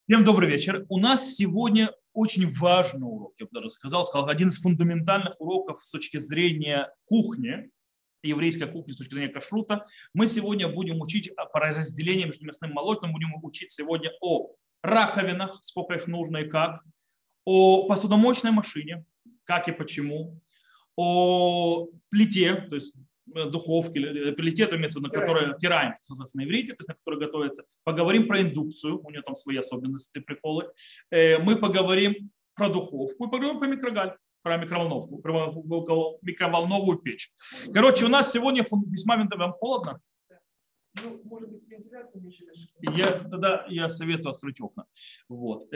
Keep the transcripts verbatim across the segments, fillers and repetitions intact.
Всем добрый вечер. У нас сегодня очень важный урок, я бы даже сказал, сказал, один из фундаментальных уроков с точки зрения кухни, еврейской кухни, с точки зрения кашрута. Мы сегодня будем учить по разделению между мясным и молочным, будем учить сегодня о раковинах, сколько их нужно и как, о посудомоечной машине, как и почему, о плите, то есть духовке, плите, это имеется в виду, на которой тираем, на иврите, то есть на которой готовится. Поговорим про индукцию, у нее там свои особенности, приколы. Мы поговорим про духовку и поговорим про микрогаль, про микроволновку, про микроволновую печь. Короче, у нас сегодня весьма вам холодно. Ну, может быть, вентиляцию меньше. Я, тогда я советую открыть окна. Вот.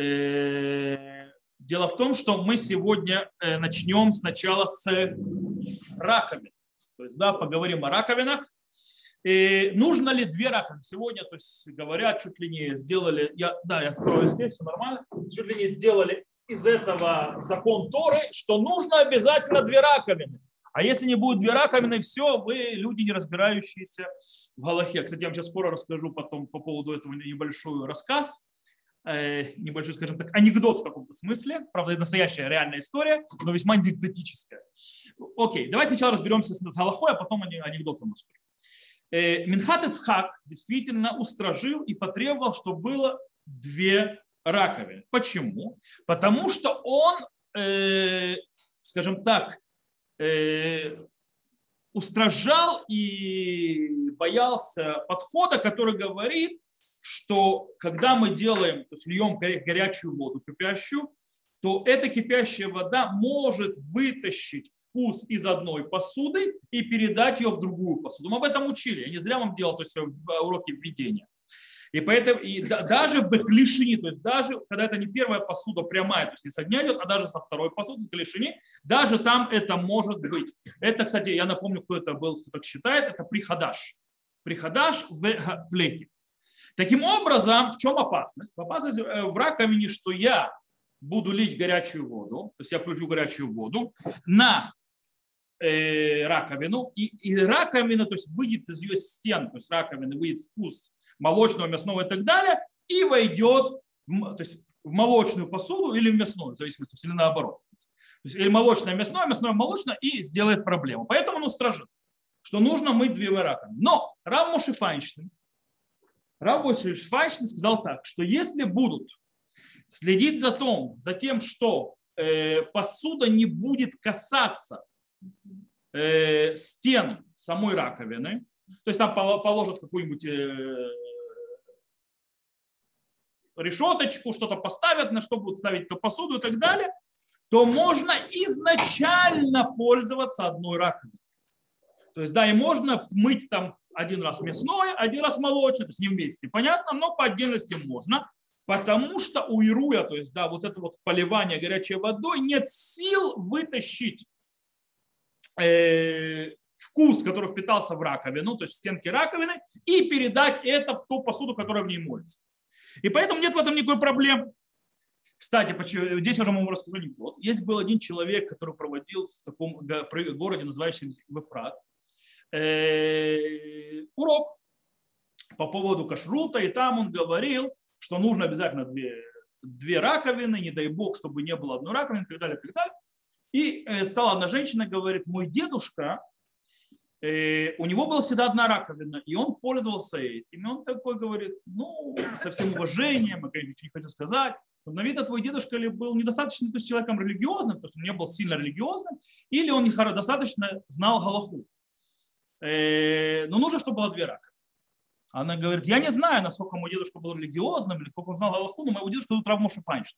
Дело в том, что мы сегодня начнем сначала с раковин. То есть, да, поговорим о раковинах. И нужно ли две раковины? Сегодня, то есть, говорят, чуть ли не сделали, я, да, я открою здесь, все нормально, чуть ли не сделали из этого закон Торы, что нужно обязательно две раковины. А если не будет две раковины, все, вы люди, не разбирающиеся в галахе. Кстати, я вам сейчас скоро расскажу потом по поводу этого небольшой рассказ. Небольшой, скажем так, анекдот в каком-то смысле. Правда, это настоящая реальная история, но весьма анекдотическая. Окей, давайте сначала разберемся с галахой, а потом анекдотом расскажу. Минхат Ицхак действительно устражил и потребовал, чтобы было две раковины. Почему? Потому что он, э, скажем так, э, устражал и боялся подхода, который говорит, что когда мы делаем, то есть льем горячую воду кипящую, то эта кипящая вода может вытащить вкус из одной посуды и передать ее в другую посуду. Мы об этом учили. Я не зря вам делал то есть, в уроке введения. И поэтому и да, даже в клишине, то есть даже когда это не первая посуда прямая, то есть не с огня идет, а даже со второй посуды в клишине, даже там это может быть. Это, кстати, я напомню, кто это был, кто так считает, это прихадаш. Прихадаш в плете. Таким образом, в чем опасность? Опасность в раковине, что я буду лить горячую воду, то есть я включу горячую воду на э, раковину, и, и раковина, то есть выйдет из ее стен, то есть раковины выйдет вкус молочного, мясного и так далее, и войдет в, то есть в молочную посуду или в мясную, в зависимости, или наоборот. То есть, или молочное мясное, мясное молочное, и сделает проблему. Поэтому он устражит, что нужно мыть две раковины. Но Рав Моше Файнштейн, Рав Моше Файнштейн сказал так, что если будут следить за, том, за тем, что э, посуда не будет касаться э, стен самой раковины, то есть там положат какую-нибудь э, решеточку, что-то поставят, на что будут ставить эту посуду и так далее, то можно изначально пользоваться одной раковиной. То есть, да, и можно мыть там один раз мясное, один раз молочное, то есть не вместе, понятно, но по отдельности можно, потому что у ируя, то есть, да, вот это вот поливание горячей водой, нет сил вытащить э, вкус, который впитался в раковину, то есть в стенки раковины, и передать это в ту посуду, которая в ней моется. И поэтому нет в этом никакой проблемы. Кстати, здесь уже вам расскажу анекдот. Есть был один человек, который проводил в таком городе, называющемся Ефрат, урок по поводу кашрута, и там он говорил, что нужно обязательно две, две раковины, не дай бог, чтобы не было одной раковины, и так далее, и так далее. И стала одна женщина, говорит, мой дедушка, у него была всегда одна раковина, и он пользовался этим. И он такой говорит, ну, со всем уважением, я, конечно, ничего не хочу сказать, но на видно твой дедушка ли был недостаточно то есть, человеком религиозным, то есть он не был сильно религиозным, или он недостаточно знал галаху. Но нужно, чтобы было две раковины. Она говорит, я не знаю, насколько мой дедушка был религиозным, или сколько он знал галаху, но моего дедушка зовут Рав Моше Файнштейн.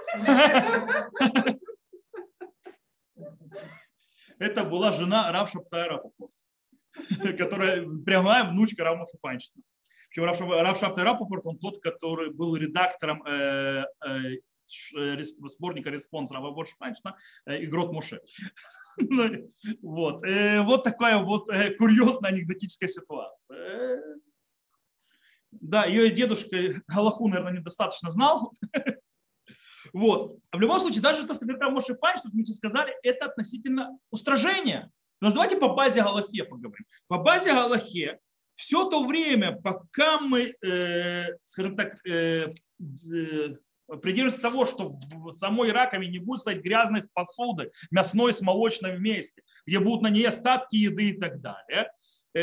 Это была жена Рав Шабтай Рапопорт, которая прямая внучка Рав Моше Файнштейна. Причем Рав Шабтай Рапопорт, он тот, который был редактором э, э, сборника «Респонс» Рава Моше Файнштейна «Игрот Моше». Вот. Вот такая вот курьезная анекдотическая ситуация. Да, ее дедушка галаху, наверное, недостаточно знал. Вот. А в любом случае, даже то, что говорит Рав Моше Файнштейн, что мы сейчас сказали, это относительно устражения. Потому что давайте по базе галахе поговорим. По базе галахе все то время, пока мы, э, скажем так, э, э, придерживаемся того, что в самой раковине не будет стоять грязных посуды, мясной с молочной вместе, где будут на ней остатки еды и так далее,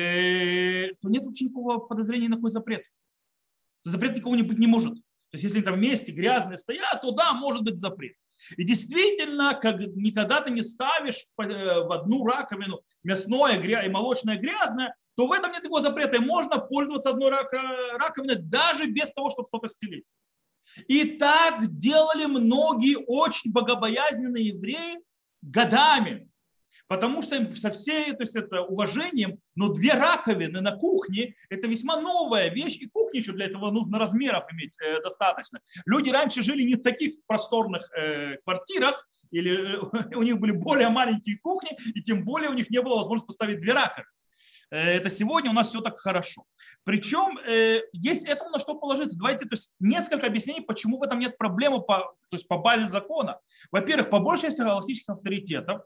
э, то нет вообще никакого подозрения на какой запрет. Запрет никого не быть не может. То есть если там вместе грязные стоят, то да, может быть запрет. И действительно, как никогда ты не ставишь в одну раковину мясное и молочное грязное, то в этом нет никакого запрета. И можно пользоваться одной раковиной даже без того, чтобы что-то стелить. И так делали многие очень богобоязненные евреи годами. Потому что им со всей, то есть это уважением, но две раковины на кухне – это весьма новая вещь, и кухни еще для этого нужно размеров иметь э, достаточно. Люди раньше жили не в таких просторных э, квартирах, или э, у них были более маленькие кухни, и тем более у них не было возможности поставить две раковины. Это сегодня у нас все так хорошо. Причем э, есть этому на что положиться. Давайте, то есть несколько объяснений, почему в этом нет проблемы по, то есть по базе закона. Во-первых, по большей части галактических авторитетов,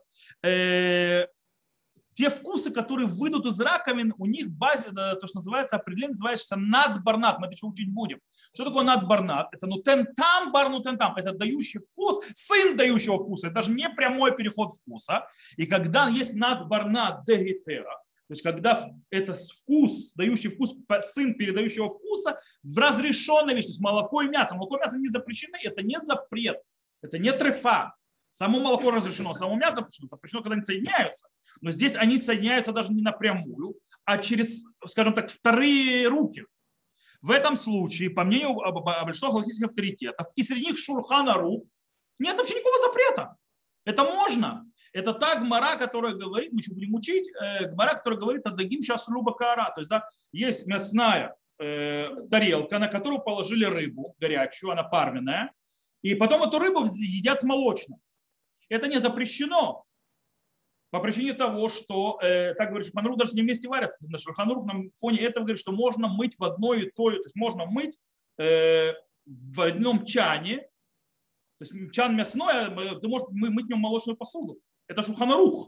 э, те вкусы, которые выйдут из раковин, у них базе, то, что называется, определение называется надбарнат. Мы это еще учить будем. Что такое надбарнат? Это нутентам бар нутентам. Это дающий вкус, сын дающего вкуса. Это даже не прямой переход вкуса. И когда есть надбарнат дегитера, то есть когда это вкус, дающий вкус, сын передающего вкуса, в разрешенной вещи, то есть молоко и мясо. Молоко и мясо не запрещены, это не запрет, это не трефа. Само молоко разрешено, само мясо запрещено, запрещено, когда они соединяются. Но здесь они соединяются даже не напрямую, а через, скажем так, вторые руки. В этом случае, по мнению большинства галактических авторитетов, и среди них Шулхан Арух, нет вообще никакого запрета. Это можно. Это та гмара, которая говорит, мы еще будем учить, э, гмара, которая говорит о дагим сейчас люба каара. То есть да, есть мясная э, тарелка, на которую положили рыбу горячую, она парменная, и потом эту рыбу едят с молочным. Это не запрещено по причине того, что, э, так говорит Шулхан Арух, даже не вместе варятся. Шулхан Арух на фоне этого говорит, что можно мыть в одной и той, то есть можно мыть э, в одном чане, то есть чан мясной, ты можешь мыть в нем молочную посуду. Это Шулхан Арух.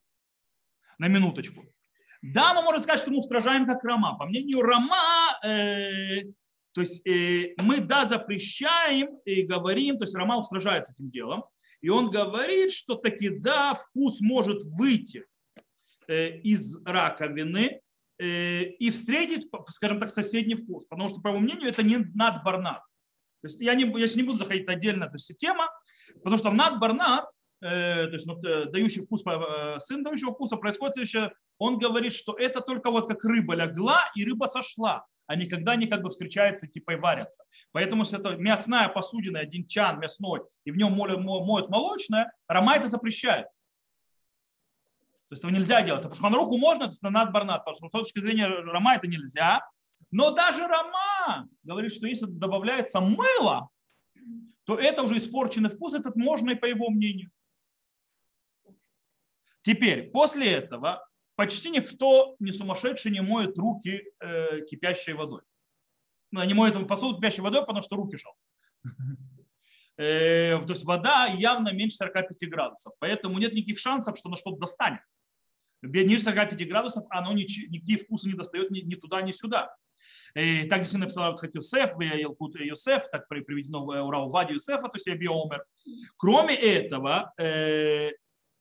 На минуточку. Да, мы можем сказать, что мы устражаем как Рама. По мнению Рама, э, то есть э, мы да запрещаем и говорим, то есть Рама устражается этим делом. И он говорит, что таки да, вкус может выйти э, из раковины э, и встретить, скажем так, соседний вкус. Потому что, по его мнению, это не надбарнат. То есть я, не, я сейчас не буду заходить отдельно, то есть тема, потому что надбарнат, то есть ну, дающий вкус, сын дающего вкуса, происходит следующее. Он говорит, что это только вот как рыба легла и рыба сошла, а никогда не как бы встречаются типа и варятся. Поэтому если это мясная посудина, один чан мясной, и в нем моют молочное, Рама это запрещает. То есть этого нельзя делать. А по Шулхан Аруху можно, то есть на надбарнат, потому что с точки зрения Рама это нельзя. Но даже Рама говорит, что если добавляется мыло, то это уже испорченный вкус, этот можно и по его мнению. Теперь, после этого, почти никто не сумасшедший не моет руки э, кипящей водой. Ну, не моет посуду кипящей водой, потому что руки жалко. Э, то есть вода явно меньше сорока пяти градусов, поэтому нет никаких шансов, что она что-то достанет. Ниже сорока пяти градусов оно никакие вкусы не достает ни, ни туда, ни сюда. И так действительно написал Ицхак Йосеф, Елкут Йосеф, так приведено в Урау Вади Йосефа, то есть Аби Омер. Кроме этого, э,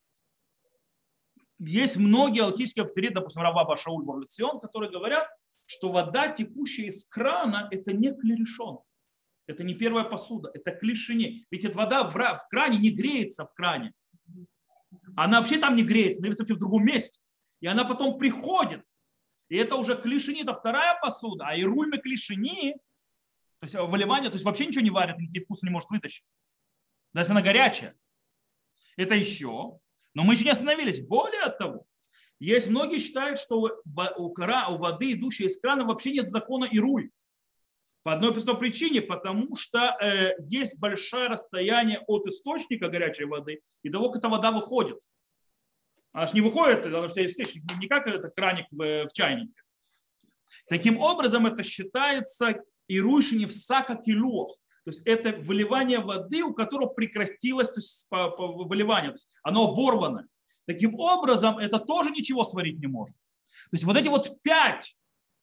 есть многие алхимические авторитеты, допустим, Рава Шауль Барлицион, которые говорят, что вода, текущая из крана, это не клерешон, это не первая посуда, это клишини. Ведь эта вода в, в кране не греется в кране. Она вообще там не греется, она греется в другом месте. И она потом приходит. И это уже клишини, это вторая посуда. А и руйме клишини, то есть выливание, то есть вообще ничего не варит, никакие вкусы не может вытащить. Даже если она горячая. Это еще. Но мы еще не остановились. Более того, есть многие считают, что у, кора, у воды, идущей из крана, вообще нет закона ируй. По одной простой причине, потому что э, есть большое расстояние от источника горячей воды и того, как эта вода выходит. Она же не выходит, потому что источник не как это краник в, в чайнике. Таким образом, это считается ируйшини в сакакилуах. То есть это выливание воды, у которого прекратилось то есть, по, по выливанию. То есть оно оборвано. Таким образом, это тоже ничего сварить не может. То есть вот эти вот пять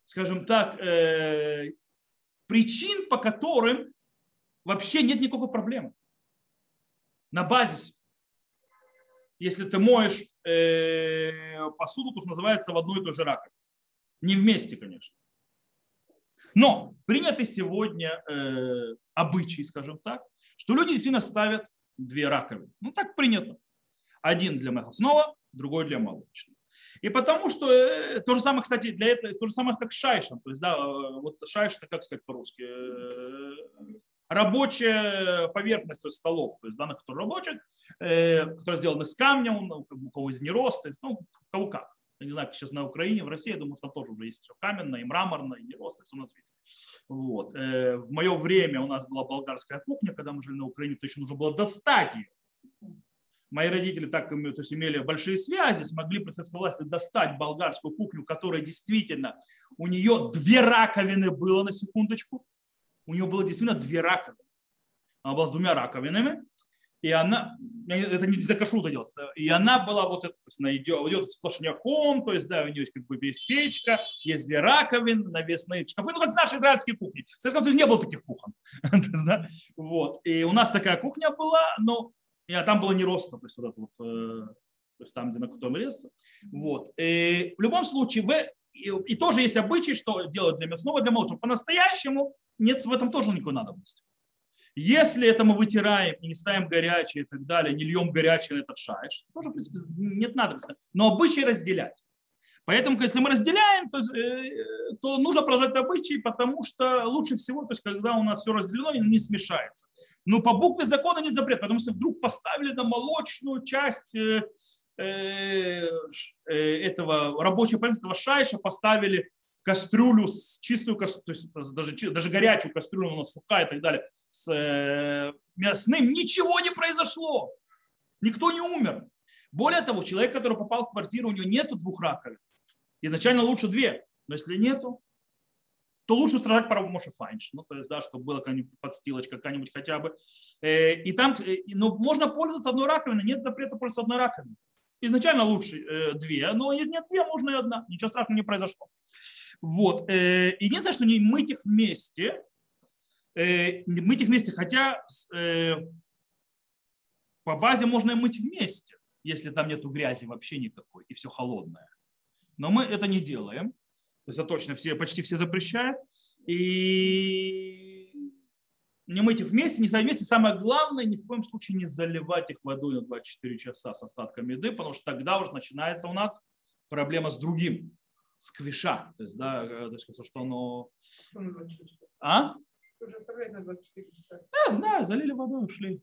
скажем так, э, причин, по которым вообще нет никакой проблемы. На базисе. Если ты моешь э, посуду, то, что называется, в одной и той же раковине. Не вместе, конечно. Но принято сегодня э, обычай, скажем так, что люди действительно ставят две раковины. Ну, так принято. Один для мясного, другой для молочного. И потому что э, то же самое, кстати, для этого, то же самое, как шайша. То есть, да, э, вот шайша, это как сказать по-русски? Э, рабочая поверхность, то есть столов, то есть, да, на которой работают, э, которые сделаны из камня, у, у кого из нероста, ну, у кого как. Я не знаю, как сейчас на Украине, в России, я думаю, что там тоже уже есть все каменное, и мраморное, и нерост, все на свете. Вот. Э, в мое время у нас была болгарская кухня, когда мы жили на Украине, то еще нужно было достать ее. Мои родители так то есть, имели большие связи, смогли при советской власти достать болгарскую кухню, которая действительно, у нее две раковины было, на секундочку. У нее было действительно две раковины. Она была с двумя раковинами. И она, это не за кашрута делается, и она была вот это, то есть она идет, идет сплошняком, то есть, да, у нее есть как бы есть печка, есть две раковины, навесные шкафы, ну, как в нашей израильской кухне. В Советском Союзе не было таких кухон. Вот. И у нас такая кухня была, но и там было не роста, то есть вот это вот, то есть там, где на котором резаться. Вот. И в любом случае, вы, и, и тоже есть обычай, что делать для мясного, для молочного. По-настоящему нет в этом тоже никакой надобности. Если это мы вытираем и не ставим горячее и так далее, не льем горячее на этот шайш, то тоже, в принципе, нет надобности. Но обычай разделять. Поэтому, если мы разделяем, то, то нужно продолжать обычаи, потому что лучше всего, то есть, когда у нас все разделено, не смешается. Но по букве закона нет запрета, потому что вдруг поставили на молочную часть этого рабочего производства шайша, поставили кастрюлю, с чистую кастрюлю, то есть даже, даже горячую кастрюлю, у нас сухая и так далее, с мясным, ничего не произошло. Никто не умер. Более того, человек, который попал в квартиру, у него нету двух раковин. Изначально лучше две, но если нету, то лучше устражать пару Моше Файнш. Ну, то есть, да, чтобы была какая-нибудь подстилочка какая-нибудь хотя бы. И там, ну, можно пользоваться одной раковиной, нет запрета пользоваться одной раковиной. Изначально лучше две, но если нет две, можно и одна. Ничего страшного не произошло. Вот. Единственное, что не мыть их вместе, мыть их вместе, хотя по базе можно и мыть вместе, если там нету грязи вообще никакой и все холодное. Но мы это не делаем. То есть это точно все, почти все запрещают. И не мыть их вместе, не ставить вместе. Самое главное, ни в коем случае не заливать их водой на двадцать четыре часа с остатками еды, потому что тогда уже начинается у нас проблема с другим, с квиша. То есть, да, то есть, что оно... А? Я знаю, залили водой, ушли.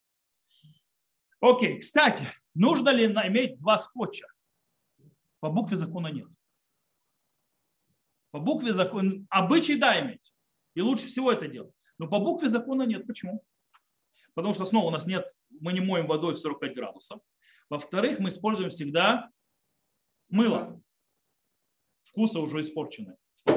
Окей, кстати, нужно ли иметь два скотча? По букве закона нет. По букве закона, обычай да иметь. И лучше всего это делать. Но по букве закона нет. Почему? Потому что снова у нас нет, мы не моем водой в сорок пять градусов. Во-вторых, мы используем всегда мыло. Вкусы уже испорчены.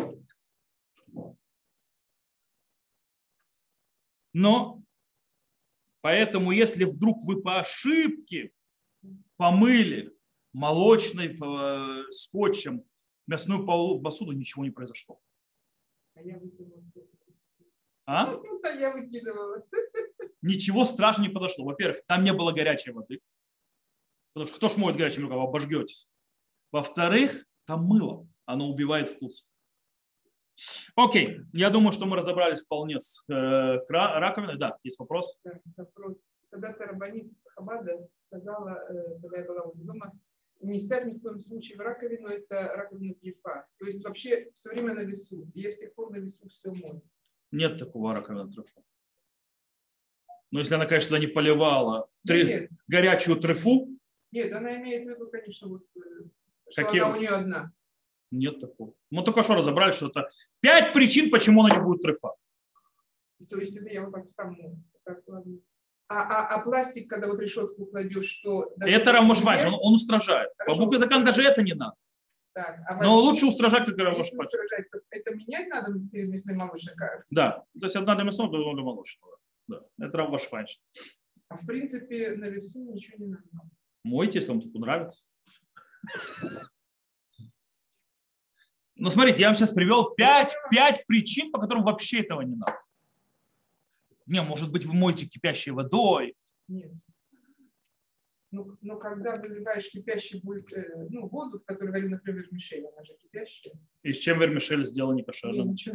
Но поэтому, если вдруг вы по ошибке помыли молочной скотчем мясную посуду, ничего не произошло. А я выкинула. А? А я выкидывала. Ничего страшного не подошло. Во-первых, там не было горячей воды. Потому что кто ж моет горячим рукавом, обожгетесь. Во-вторых, там мыло. Оно убивает вкус. Окей, я думаю, что мы разобрались вполне с э, раковиной. Да, есть вопрос? Да, вопрос. Когда-то рабанит Хабада сказала, э, когда я была у дома, не ставь ни в коем случае в раковину, это раковина трефа. То есть вообще все время на весу. И я с тех пор на весу все мою. Нет такого раковины трефа. Но если она, конечно, не поливала три... горячую трефу. Нет, она имеет в виду, конечно, вот, что Какие... она у нее одна. Нет такого. Мы только что разобрали, что это пять причин, почему она не будет трефа. То есть это я вот так ставлю. Так, ладно. А, а, а пластик, когда вот решетку кладешь, что... Это Рамошвайш, он, он устражает. Хорошо. По букве закона даже это не надо. Так, а но лучше устражать, как Рамошвайш. Это менять надо перед мясным молочным? Да, то есть одна для мясного, другая для молочного. Да. Это Рамошвайш. А в принципе на весу ничего не надо. Мойте, если вам тут нравится. Ну, смотрите, я вам сейчас привел пять, пять причин, по которым вообще этого не надо. Не, может быть, вы моете кипящей водой. Нет. Ну, но когда выливаешь кипящий ну, воду, в которой варили, например, вермишель, она же кипящая. И с чем вермишель сделана некошерно? Ничего.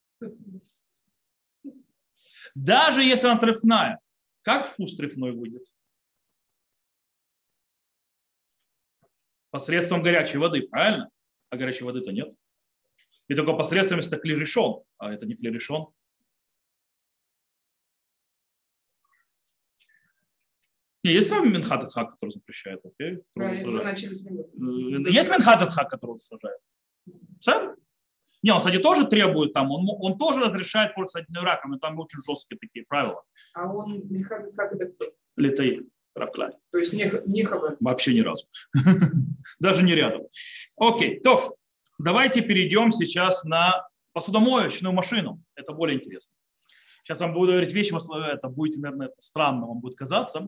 Даже если она трефная, как вкус трефной выйдет? Посредством горячей воды, правильно? А горячей воды-то нет. И только посредством, если это клерешон, а это не клерешон. Не, есть там Минхат Ицхак, который запрещает, окей? Да, Есть Минхат Ицхак, который сажает. Все? Не, он, кстати, тоже требует там, он, он тоже разрешает пользоваться одной раком, и там очень жесткие такие правила. А он Минхат Ицхак это кто? Литаи, Равклай. То есть не, не хабар? Вообще ни разу. Даже не рядом. Окей, то давайте перейдем сейчас на посудомоечную машину. Это более интересно. Сейчас вам буду говорить вещи, это будет, наверное, это странно вам будет казаться.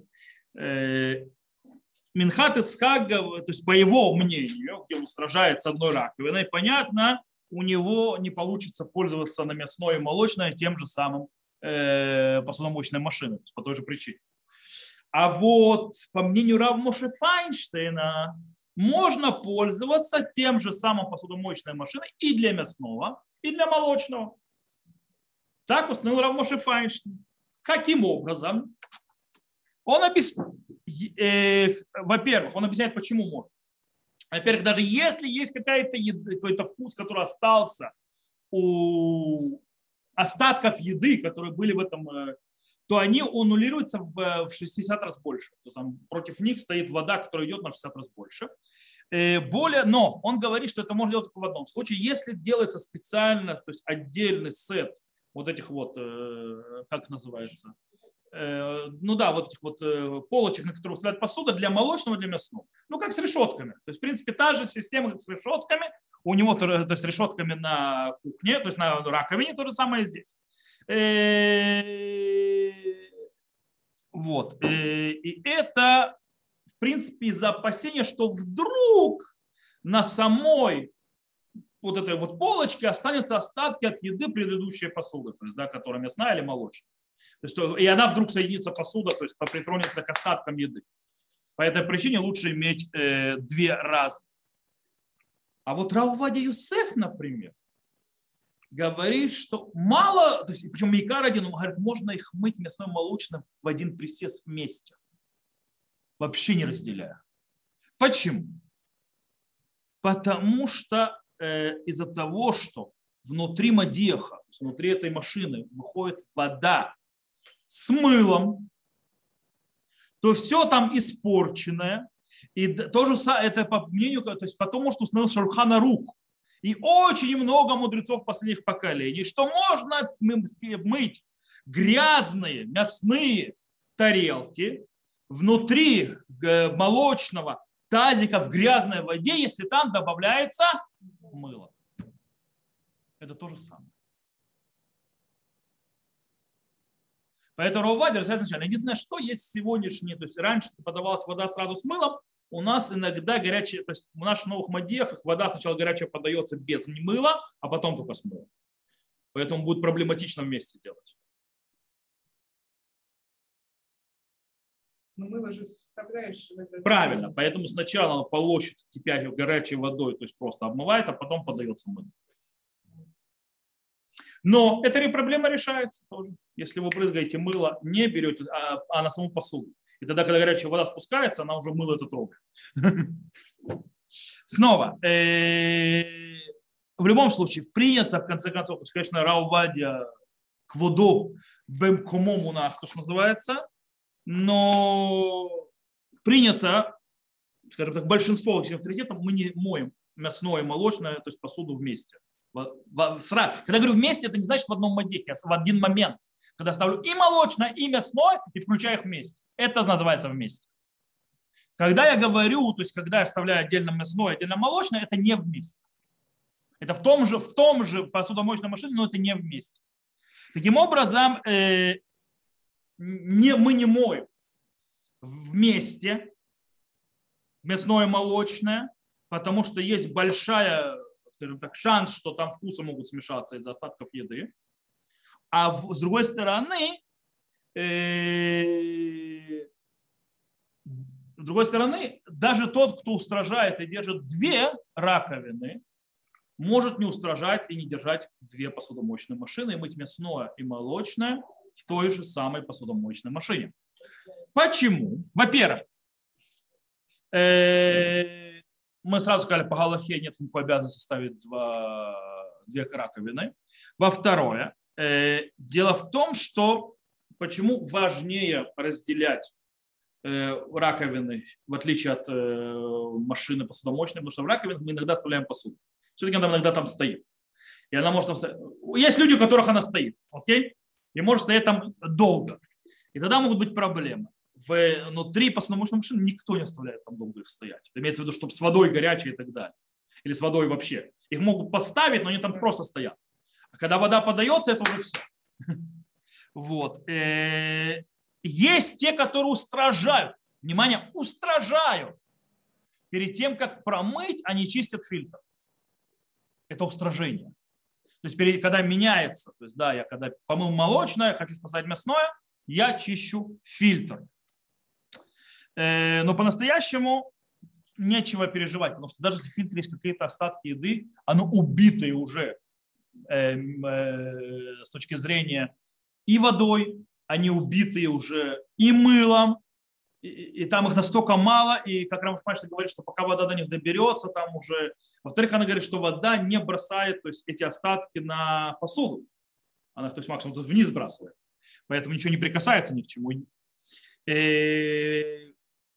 Минхат Ицхак, то есть по его мнению, где он сражает с одной раковиной, понятно, у него не получится пользоваться на мясное и молочное тем же самым э, посудомоечной машиной, по той же причине. А вот по мнению Рав Моше Файнштейна можно пользоваться тем же самым посудомоечной машиной и для мясного, и для молочного. Так установил Рав Моше Файнштейн. Каким образом? Он объясняет, э, во-первых, он объясняет, почему можно. Во-первых, даже если есть какая-то еда, какой-то вкус, который остался у остатков еды, которые были в этом, то они аннулируются в шестьдесят раз больше. То там против них стоит вода, которая идет на шестьдесят раз больше. Более, но он говорит, что это можно делать только в одном случае, если делается специально, то есть отдельный сет вот этих вот, как называется, ну да, вот этих вот полочек, на которые вставляют посуда для молочного, для мясного. Ну, как с решетками. То есть, в принципе, та же система, как с решетками. У него, то есть, решетками на кухне, то есть на раковине, то же самое здесь. Вот. И это, в принципе, из-за опасения, что вдруг на самой вот этой вот полочке останутся остатки от еды предыдущей посуды, то есть, да, которая мясная или молочная. То есть, и она вдруг соединится посуда, то есть притронется к остаткам еды. По этой причине лучше иметь э, две разные. А вот Рав Овадия Йосеф, например, говорит, что мало, то есть, причем Мейкар один, он говорит, можно их мыть мясной и молочным в один присест вместе, вообще не разделяя. Почему? Потому что э, из-за того, что внутри мадеха, внутри этой машины выходит вода с мылом, то все там испорченное. И тоже это по мнению, то есть потому что установил Шулхан Арух и очень много мудрецов последних поколений, что можно мыть грязные мясные тарелки внутри молочного тазика в грязной воде, если там добавляется мыло. Это то же самое. Поэтому Рав Овадия разрешает сначала. Единственное, что есть сегодняшнее, то есть раньше подавалась вода сразу с мылом, у нас иногда горячая, то есть в наших новых мадехах вода сначала горячая подается без мыла, а потом только с мылом. Поэтому будет проблематично вместе делать. Но мыло же вставляешь. Правильно, поэтому сначала он полощет кипящей горячей водой, то есть просто обмывает, а потом подается мыло. Но эта проблема решается тоже. Если вы брызгаете мыло, не берете, а, а на саму посуду. И тогда, когда горячая вода спускается, она уже мыло это трогает. Снова. В любом случае, принято, в конце концов, то есть, конечно, Рав Овадия кводо бемкомо мунах, то, что называется, но принято, скажем так, большинство авторитетов мы не моем мясное и молочное, то есть посуду вместе. Когда говорю вместе, это не значит в одном мадехе, а в один момент. Когда ставлю и молочное, и мясное, и включаю их вместе. Это называется вместе. Когда я говорю, то есть когда я оставляю отдельно мясное, отдельно молочное, это не вместе. Это в том же, в том же посудомоечной машине, но это не вместе. Таким образом, э, не, мы не моем вместе мясное и молочное, потому что есть большая скажем так, шанс, что там вкусы могут смешаться из-за остатков еды. А в, с другой стороны, э, с другой стороны, даже тот, кто устражает и держит две раковины, может не устражать и не держать две посудомоечные машины и мыть мясное и молочное в той же самой посудомоечной машине. Почему? Во-первых, э, мы сразу сказали, по галахе нет никакой обязанности ставить два, две раковины. Во-вторых, э, дело в том, что почему важнее разделять э, раковины, в отличие от э, машины посудомоечной, потому что в раковинах мы иногда оставляем посуду. Все-таки она иногда там стоит. И она может стоять. Есть люди, у которых она стоит, окей? И может стоять там долго. И тогда могут быть проблемы. Внутри посудомоечной машины никто не оставляет там долго их стоять. Имеется в виду, чтобы с водой горячей и так далее. Или с водой вообще. Их могут поставить, но они там просто стоят. А когда вода подается, это уже все. Вот. Есть те, которые устражают. Внимание, устражают. Перед тем, как промыть, они чистят фильтр. Это устражение. То есть, когда меняется, то есть, да, я когда помыл молочное, хочу поставить мясное, я чищу фильтр. Но по-настоящему нечего переживать, потому что даже если в фильтре есть какие-то остатки еды, оно убитое уже с точки зрения и водой, они убитые уже и мылом, и, и там их настолько мало, и как Рамаш Мальшин говорит, что пока вода до них доберется, там уже... Во-вторых, она говорит, что вода не бросает, то есть эти остатки на посуду. Она их, то есть максимум вниз сбрасывает. Поэтому ничего не прикасается ни к чему. И...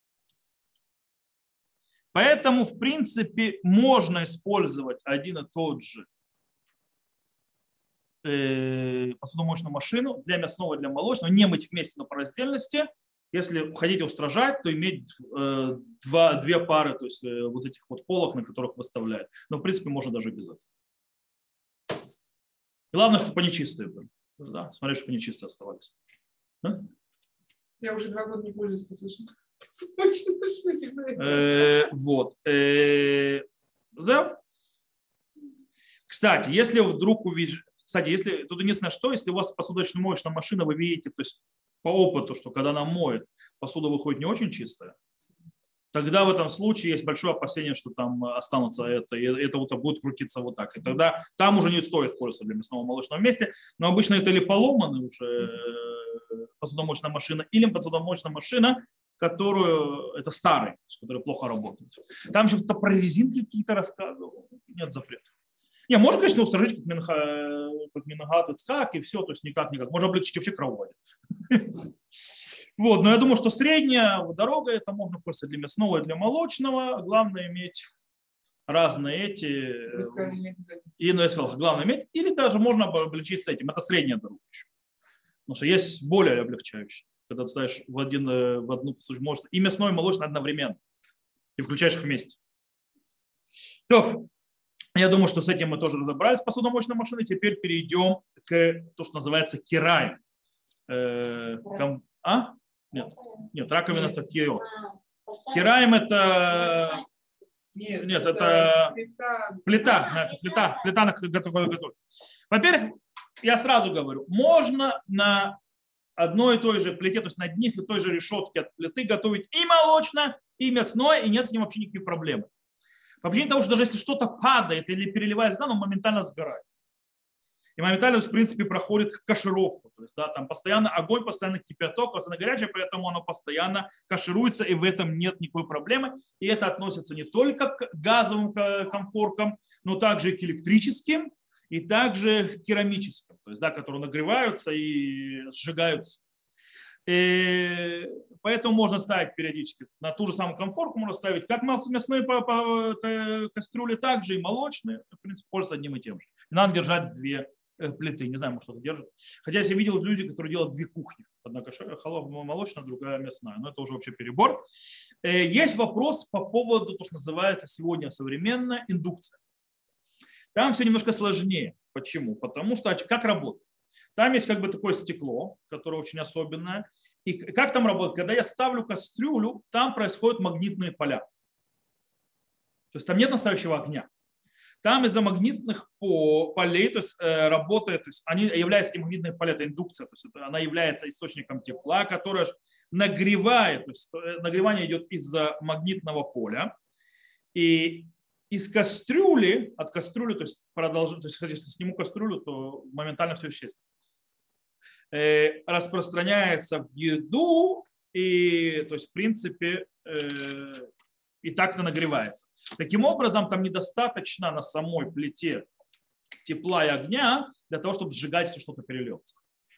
Поэтому, в принципе, можно использовать один и тот же посудомоечную машину для мясного и для молочного, не мыть вместе, но по раздельности. Если хотите устражать, то иметь э, два, две пары, то есть э, вот этих вот полок, на которых выставляют. Но в принципе можно даже без этого. Главное, чтобы они чистые были. Да, смотри, чтобы они чистые оставались. А? Я уже два года не пользуюсь посудомоечной машиной. Вот. Кстати, если вдруг увидишь, кстати, если тут единственное, что, если у вас посудомоечная машина, вы видите, то есть по опыту, что когда она моет, посуда выходит не очень чистая, тогда в этом случае есть большое опасение, что там останутся это, и это вот будет крутиться вот так. И тогда там уже не стоит пользоваться для мясного молочного вместе, но обычно это или поломанная уже посудомоечная машина, или посудомоечная машина, которую, это старый, который плохо работает. Там еще кто-то про резинки какие-то рассказывал, нет запретов. Не, можно, конечно, устражить, как, Минха, как Минагат, Ицхак, и все, то есть никак-никак. Можно облегчить вообще кровавое. Вот, но я думаю, что средняя дорога, это можно просто для мясного и для молочного. Главное иметь разные эти. И, ну, я сказал, главное иметь, или даже можно облегчить с этим. Это средняя дорога еще. Потому что есть более облегчающие. Когда ты ставишь в, один, в одну посудомоечную и мясное, и молочное одновременно. И включаешь их вместе. То, я думаю, что с этим мы тоже разобрались, посудомоечной машиной. Теперь перейдем к то, что называется кираем. Э, ком... А? Нет, нет, раковина это кио. Кираем это... Нет, нет, это плита, плита, плита, на которой готовят. Во-первых, я сразу говорю, можно на одной и той же плите, то есть на одних и той же решетке от плиты готовить и молочное, и мясное, и нет с ним вообще никаких проблем. По причине того, что даже если что-то падает или переливается, оно моментально сгорает. И моментально, в принципе, проходит кашировку. То есть, да, там постоянно огонь, постоянно кипяток, постоянно горячее, поэтому оно постоянно кашируется, и в этом нет никакой проблемы. И это относится не только к газовым комфоркам, но также и к электрическим, и также к керамическим, то есть, да, которые нагреваются и сжигаются. И поэтому можно ставить периодически на ту же самую комфорку, можно ставить как мясные кастрюли, так же и молочные, в принципе, пользуются одним и тем же. И надо держать две плиты, не знаю, может кто-то держит. Хотя я видел люди, которые делают две кухни. Одна молочная, другая мясная, но это уже вообще перебор. Есть вопрос по поводу того, что называется сегодня современная индукция. Там все немножко сложнее. Почему? Потому что как работает? Там есть как бы такое стекло, которое очень особенное. И как там работает? Когда я ставлю кастрюлю, там происходят магнитные поля. То есть там нет настоящего огня. Там из-за магнитных полей, то есть работает, то есть они являются, эти магнитные поля, это индукция, то есть это, она является источником тепла, которая нагревает, то есть нагревание идет из-за магнитного поля. И из кастрюли, от кастрюли, то есть продолжу, то есть если сниму кастрюлю, то моментально все исчезнет. Э, распространяется в еду, и, то есть, в принципе, э, и так-то нагревается. Таким образом, там недостаточно на самой плите тепла и огня для того, чтобы сжигать, если что-то перельется.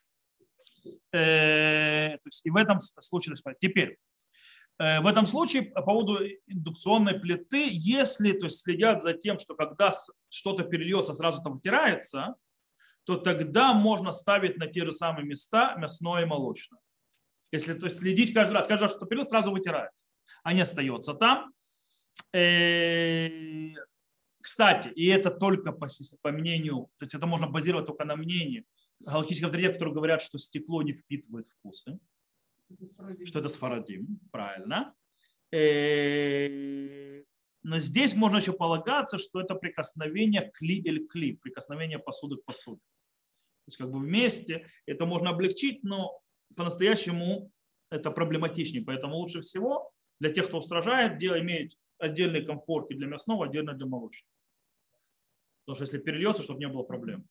Э, то есть, и в этом случае, теперь, в этом случае по поводу индукционной плиты, если то есть, следят за тем, что когда что-то перельется, сразу там вытирается, то тогда можно ставить на те же самые места мясное и молочное. Если то есть, следить каждый раз, каждый раз, что перельется, сразу вытирается, а не остается там. Кстати, и это только по, по мнению, то есть это можно базировать только на мнении галактических авторитетов, которые говорят, что стекло не впитывает вкусы. Что это сфарадим, правильно. Но здесь можно еще полагаться, что это прикосновение кли или кли, прикосновение посуды к посуде. То есть как бы вместе это можно облегчить, но по-настоящему это проблематичнее. Поэтому лучше всего для тех, кто устражает, иметь отдельные комфорки для мясного, отдельно для молочного. Потому что если перельется, чтобы не было проблем.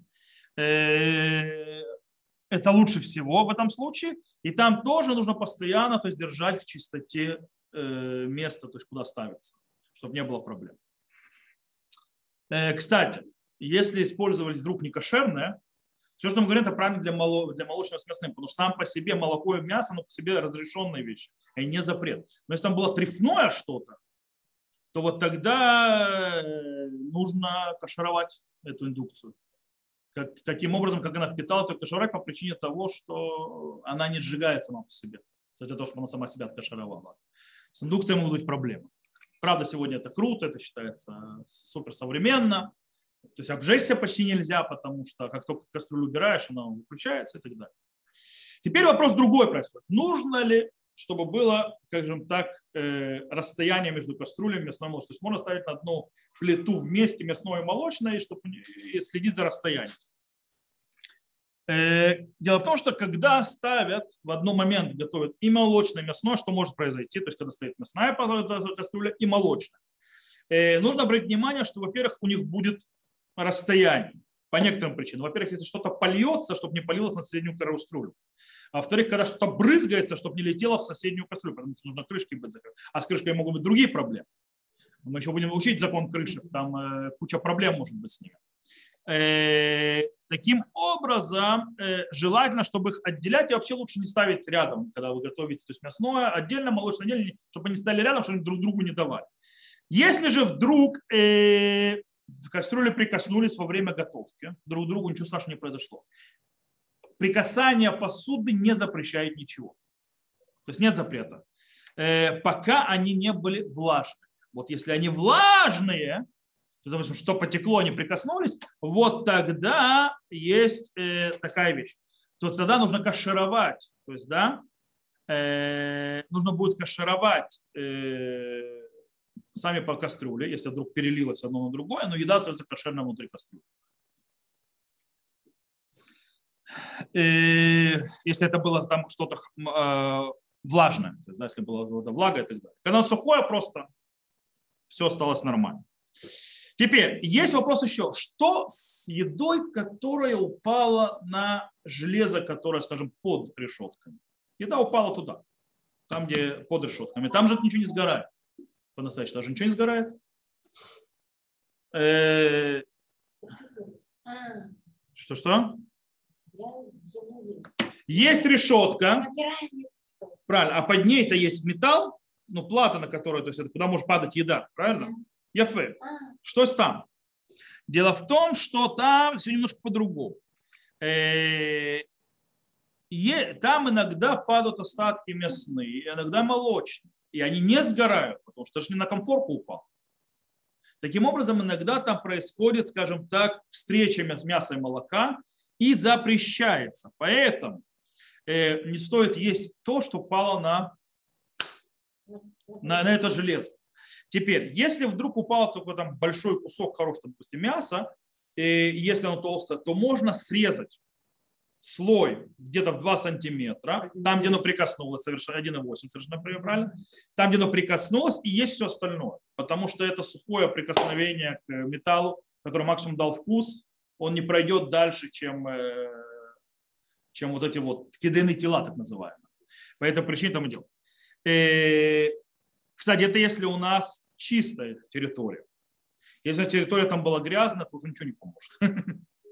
Это лучше всего в этом случае. И там тоже нужно постоянно то есть, держать в чистоте э, место, то есть куда ставится, чтобы не было проблем. Э, кстати, если использовали вдруг некошерное, все, что мы говорим, это правильно для, моло, для молочного с мясным, потому что сам по себе молоко и мясо, оно по себе разрешенные вещи, и не запрет. Но если там было трефное что-то, то вот тогда нужно кашировать эту индукцию. Как, таким образом, как она впитала только кашировать по причине того, что она не сжигает сама по себе. Для того, чтобы она сама себя откашировала. С индукцией могут быть проблемы. Правда, сегодня это круто, это считается суперсовременно. То есть обжечься почти нельзя, потому что как только кастрюлю убираешь, она выключается и так далее. Теперь вопрос другой происходит. Нужно ли, чтобы было, скажем так, расстояние между кастрюлями и мясной и молочной? То есть можно ставить на одну плиту вместе мясное и молочное, чтобы и следить за расстоянием. Дело в том, что когда ставят в один момент, готовят и молочное, и мясное, что может произойти, то есть когда стоит мясная кастрюля и молочная, нужно обратить внимание, что, во-первых, у них будет расстояние по некоторым причинам. Во-первых, если что-то польется, чтобы не полилось на соседнюю кастрюлю. А во-вторых, когда что-то брызгается, чтобы не летело в соседнюю кастрюлю, потому что нужно крышки быть закрыты. А с крышкой могут быть другие проблемы. Мы еще будем учить закон крышек, там э, куча проблем может быть с ними. Э, таким образом, э, желательно, чтобы их отделять, и вообще лучше не ставить рядом, когда вы готовите то есть мясное, отдельно, молочное, отдельно, чтобы они стали рядом, чтобы они друг другу не давали. Если же вдруг э, в кастрюле прикоснулись во время готовки, друг к другу ничего страшного не произошло. Прикасание посуды не запрещает ничего. То есть нет запрета. Э, пока они не были влажные. Вот если они влажные, то, допустим, что потекло, они прикоснулись, вот тогда есть э, такая вещь. То тогда нужно кашировать. То есть, да, э, нужно будет кашировать э, сами по кастрюле, если вдруг перелилось одно на другое, но еда остается кошерной внутри кастрюли. Э, если это было там что-то э, влажное, то есть, да, если была влага и так далее. Когда сухое, просто все осталось нормально. Теперь, есть вопрос еще. Что с едой, которая упала на железо, которое, скажем, под решетками? Еда упала туда, там, где под решетками. Там же ничего не сгорает. По-настоящему даже ничего не сгорает. Что-что? Есть решетка. Правильно. А под ней-то есть металл, ну, плата, на которой, то есть это куда может падать еда. Правильно? Яфе. Что там? Дело в том, что там все немножко по-другому. Там иногда падают остатки мясные, иногда молочные. И они не сгорают, потому что это же не на комфорку упал. Таким образом, иногда там происходит, скажем так, встреча мяса и молока и запрещается. Поэтому не стоит есть то, что упало на, на, на это железо. Теперь, если вдруг упал только там большой кусок хорошего, допустим, мяса, и если оно толстое, то можно срезать слой где-то в два сантиметра, там, где оно прикоснулось, совершенно один и восемь, совершенно правильно, там, где оно прикоснулось, и есть все остальное. Потому что это сухое прикосновение к металлу, который максимум дал вкус, он не пройдет дальше, чем, чем вот эти вот кидайные тела, так называемые. По этой причине там и делаем. Кстати, это если у нас чистая территория. Если территория там была грязная, то уже ничего не поможет.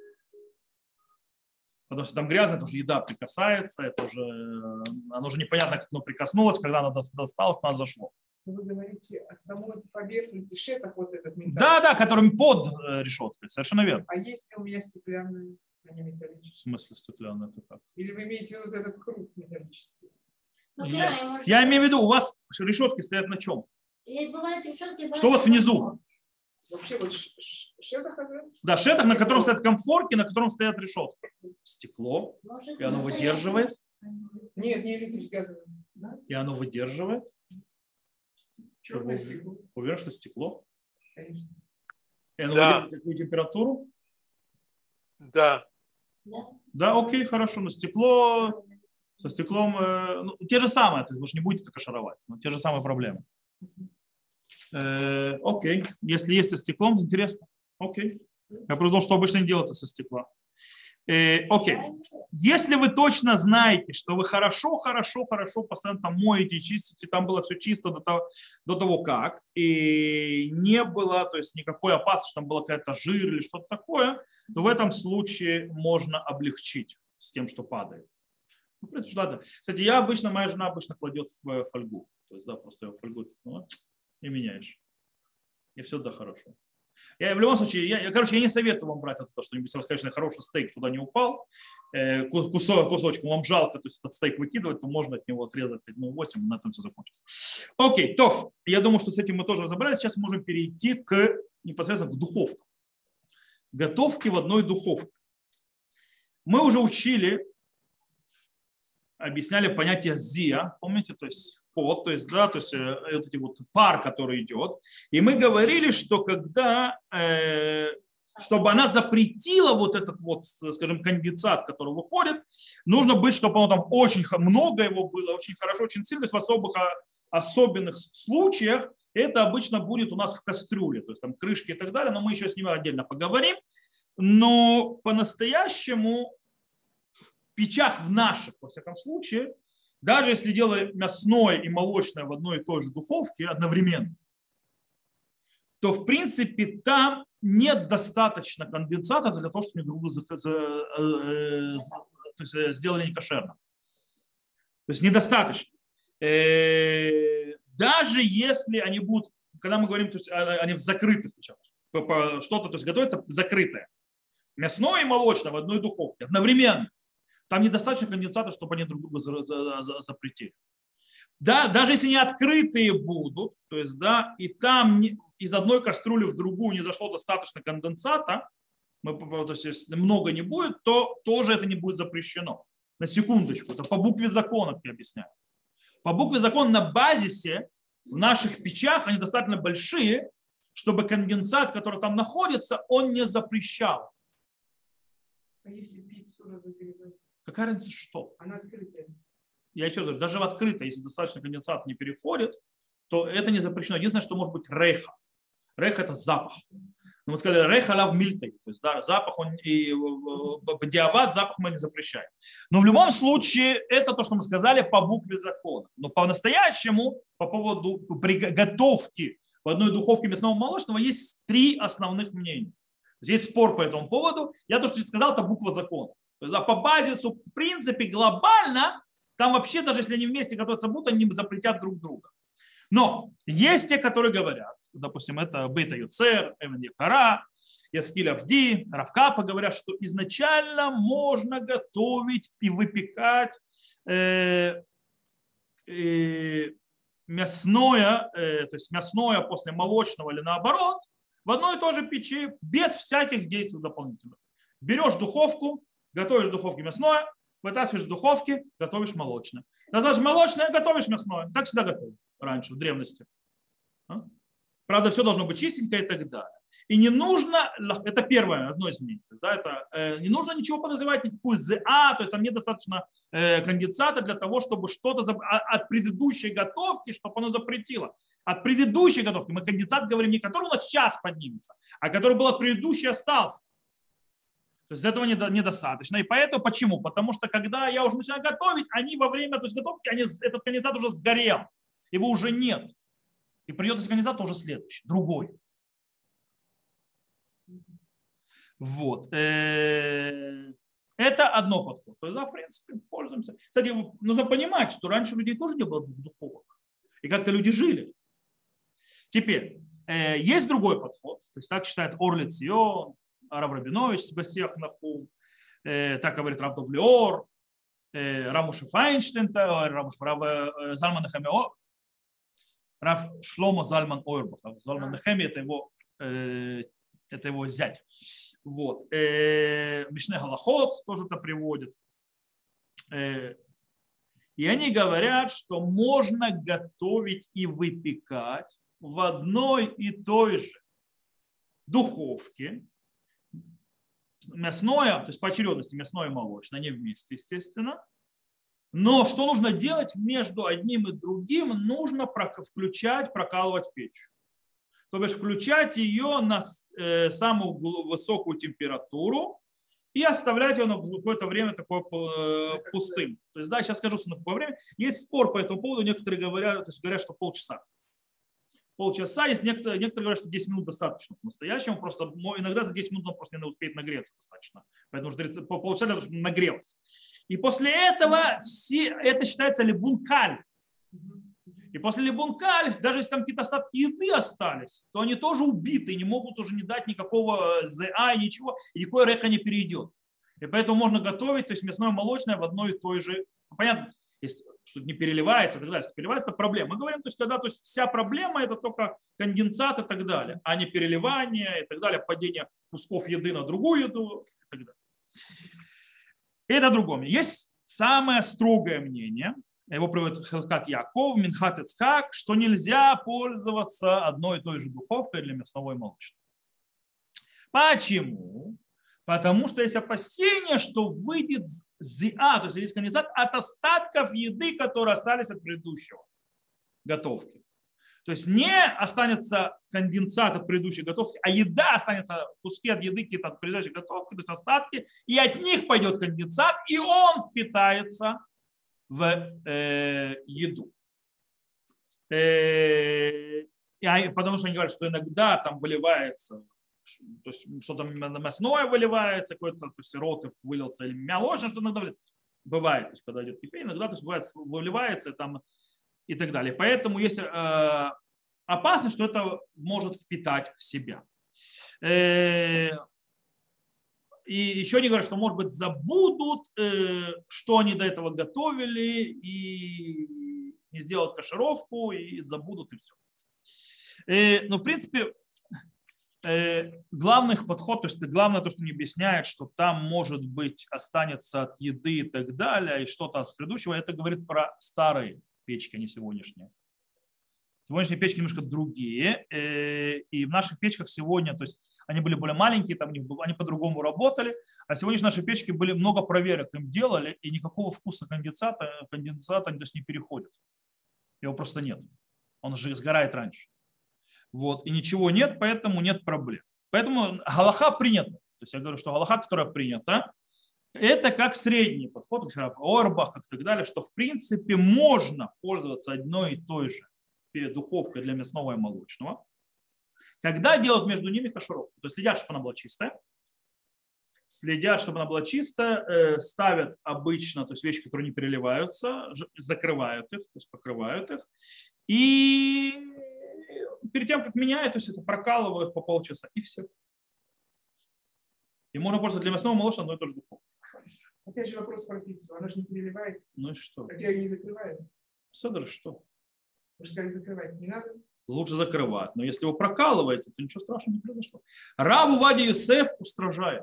Потому что там грязно, это уже еда прикасается, это уже, оно уже непонятно, как оно прикоснулось, когда оно достало, когда оно зашло. Вы говорите о самой поверхности шетах вот этот металл? Да, да, которым под решеткой, совершенно верно. А если у меня стеклянный, а не металлический? В смысле стеклянный, это как? Или вы имеете в виду этот круг металлический? Ну, Я, да, может, я имею в виду, у вас решетки стоят на чем? и бывает решетки, бывает Что у вас внизу? Вообще вот шетах? Да, шетах, на котором стоят комфорки, на котором стоят решетки. Стекло, Может, и оно настоящий. выдерживает, Нет, не электрический газовый. Да? и оно выдерживает. Черное стекло. Уверен, что стекло? Конечно. И оно Да. выдерживает какую температуру? Да. Да. Да, окей, хорошо, но стекло, со стеклом, э, ну, те же самые, то есть вы же не будете так шаровать, но те же самые проблемы. Э, окей, если есть со стеклом, интересно, окей. Я просто думал, что обычно не делают это со стекла. Э, окей, если вы точно знаете, что вы хорошо, хорошо, хорошо постоянно там моете, чистите, там было все чисто до того, до того как, и не было, то есть никакой опасности, что там была какая-то жир или что-то такое, то в этом случае можно облегчить с тем, что падает. Ну, в принципе, ладно. Кстати, я обычно, моя жена обычно кладет в фольгу. То есть, да, просто в фольгу ну, и меняешь. И все, да, хорошо. Я в любом случае, я, я, короче, я не советую вам брать это, что-нибудь, сказать, хороший стейк туда не упал, э, кусок, кусочком вам жалко, то есть этот стейк выкидывать, то можно от него отрезать один и восемь, на этом все закончится. Окей, то, я думаю, что с этим мы тоже разобрались. Сейчас мы можем перейти к непосредственно к духовкам. Готовки в одной духовке. Мы уже учили, объясняли понятие зия, помните, то есть пот, то есть, да, то есть э, вот эти вот пар, который идет. И мы говорили, что когда, э, чтобы она запретила вот этот вот, скажем, конденсат, который выходит, нужно быть, чтобы оно там очень много его было, очень хорошо, очень сильно, то есть в особых, особенных случаях это обычно будет у нас в кастрюле, то есть там крышки и так далее, но мы еще с ними отдельно поговорим. Но по-настоящему в печах в наших, во всяком случае, даже если делаем мясное и молочное в одной и той же духовке одновременно, то в принципе там нет достаточно конденсата для того, чтобы друг друга сделали некошерно. То есть недостаточно. Даже если они будут, когда мы говорим, то есть они в закрытых печах, что-то, то есть готовится закрытое, мясное и молочное в одной духовке одновременно. Там недостаточно конденсата, чтобы они друг друга запретили. Да, даже если они открытые будут, то есть, да, и там не, из одной кастрюли в другую не зашло достаточно конденсата, мы, то есть, если много не будет, то тоже это не будет запрещено. На секундочку, это по букве закона, как я объясняю. По букве закона на базисе в наших печах они достаточно большие, чтобы конденсат, который там находится, он не запрещал. А если пиццу разогревать? Какая разница, что? Она открытая. Я еще говорю, даже в открытой, если достаточно конденсат не переходит, то это не запрещено. Единственное, что может быть рейха. Рейха – это запах. Но мы сказали рейха лав мильтай. То есть да, запах, он и диават, запах мы не запрещаем. Но в любом случае, это то, что мы сказали по букве закона. Но по-настоящему, по поводу приготовки в одной духовке мясного молочного, есть три основных мнения. Есть спор по этому поводу. Я то, что я сказал, это буква закона. То есть, да, по базису, в принципе, глобально, там вообще, даже если они вместе готовятся, будто они запретят друг друга. Но есть те, которые говорят, допустим, это Бейта Юцер, Эвен Якара, Яскиль Авди, Рав Капа, говорят, что изначально можно готовить и выпекать э, э, мясное, э, то есть мясное после молочного или наоборот, в одной и той же печи, без всяких действий дополнительных. Берешь духовку, готовишь в духовке мясное, вытаскиваешь из духовки, готовишь молочное. Готовишь молочное, готовишь мясное. Так всегда готовили раньше, в древности. Правда, все должно быть чистенько и так далее. И не нужно, это первое, одно из мнений, да, это, э, не нужно ничего подозревать, никакую ЗА, то есть там недостаточно э, конденсата для того, чтобы что-то за, от предыдущей готовки, чтобы оно запретило. От предыдущей готовки, мы конденсат говорим не который у нас сейчас поднимется, а который был от предыдущей остался. То есть этого недостаточно. И поэтому почему? Потому что когда я уже начинаю готовить, они во время то есть, готовки, они, этот конденсат уже сгорел, его уже нет. И придет из конденсата уже следующий, другой. Вот. Это одно подход. То есть, да, в принципе, пользуемся. Кстати, нужно понимать, что раньше у людей тоже не было двух духовок. И как-то люди жили. Теперь, есть другой подход. То есть, так считает Орлит Сион, Рав Рабинович, Себастьян Нахум, так говорит Рав Дов Леор, Рав Моше Файнштейн, Рав Залман Нехемия, Рав Шломо Залман Ойрбах. Залман Нехемия – это его это его зять. Вот. Мишне Галахот тоже это приводит. И они говорят, что можно готовить и выпекать в одной и той же духовке мясное, то есть по очередности мясное и молочное, не вместе, естественно. Но что нужно делать между одним и другим? Нужно включать, прокалывать печь. То есть включать ее на самую высокую температуру и оставлять ее на какое-то время такое пустым. То есть, да, сейчас скажу, на какое время. Есть спор по этому поводу. Некоторые говорят, то есть говорят, что полчаса. Полчаса. Есть некоторые, некоторые говорят, что десять минут достаточно по-настоящему. Просто иногда за десять минут он просто не успеет нагреться достаточно. Поэтому полчаса для того, чтобы нагрелось. И после этого все, это считается либункаль. И после либункаль, даже если там какие-то остатки еды остались, то они тоже убиты, не могут уже не дать никакого ЗА, ничего, и никакой реха не перейдет. И поэтому можно готовить, то есть мясное и молочное в одной и той же. Понятно, если что-то не переливается и так далее. Если переливается, это проблема. Мы говорим, то есть, когда то есть, вся проблема это только конденсат и так далее, а не переливание и так далее, падение кусков еды на другую еду и так далее. И это другое. Есть самое строгое мнение. Его приводит Хилкат Яков, Минхат Ицхак, что нельзя пользоваться одной и той же духовкой для мясного и молочного. Почему? Потому что есть опасение, что выйдет зиа, то есть есть конденсат от остатков еды, которые остались от предыдущего готовки. То есть не останется конденсат от предыдущей готовки, а еда останется, куски от еды какие-то от предыдущей готовки, то есть остатки, и от них пойдет конденсат, и он впитается в э, еду. Э, и, потому что они говорят, что иногда там выливается, то есть что-то мясное выливается, какой-то то есть, ротов вылился или молочное, что иногда бывает, то есть, когда идет кипение, иногда то есть, бывает, выливается там, и так далее. Поэтому есть э, опасность, что это может впитать в себя. Э, И еще они говорят, что, может быть, забудут, что они до этого готовили, и не сделают кашировку, и забудут, и все. Но, в принципе, главный их подход, то есть главное то, что они объясняют, что там, может быть, останется от еды и так далее, и что-то от предыдущего, это говорит про старые печки, а не сегодняшние. Сегодняшние печки немножко другие, и в наших печках сегодня, то есть они были более маленькие, там они по-другому работали, а сегодня наши печки были, много проверок им делали, и никакого вкуса конденсата, конденсата то есть, не переходит. Его просто нет. Он же сгорает раньше. Вот, и ничего нет, поэтому нет проблем. Поэтому галаха принята. То есть я говорю, что галаха, которая принята, это как средний подход, как Ойрбах, как так далее, что в принципе можно пользоваться одной и той же духовкой для мясного и молочного, когда делают между ними кашировку. То есть следят, чтобы она была чистая. Следят, чтобы она была чистая, ставят обычно, то есть вещи, которые не переливаются, закрывают их, то есть покрывают их. И перед тем, как меняют, то есть это прокалывают по полчаса, и все. И можно пользоваться для мясного и молочного одной и той же духовкой. Опять же вопрос про пиццу. Она же не переливается. Ну и что? Так я ее не закрываю. Седр, что? Вы же как закрывать не надо? Лучше закрывать. Но если вы прокалываете, то ничего страшного не произошло. Рав Увадия Йосеф устражает.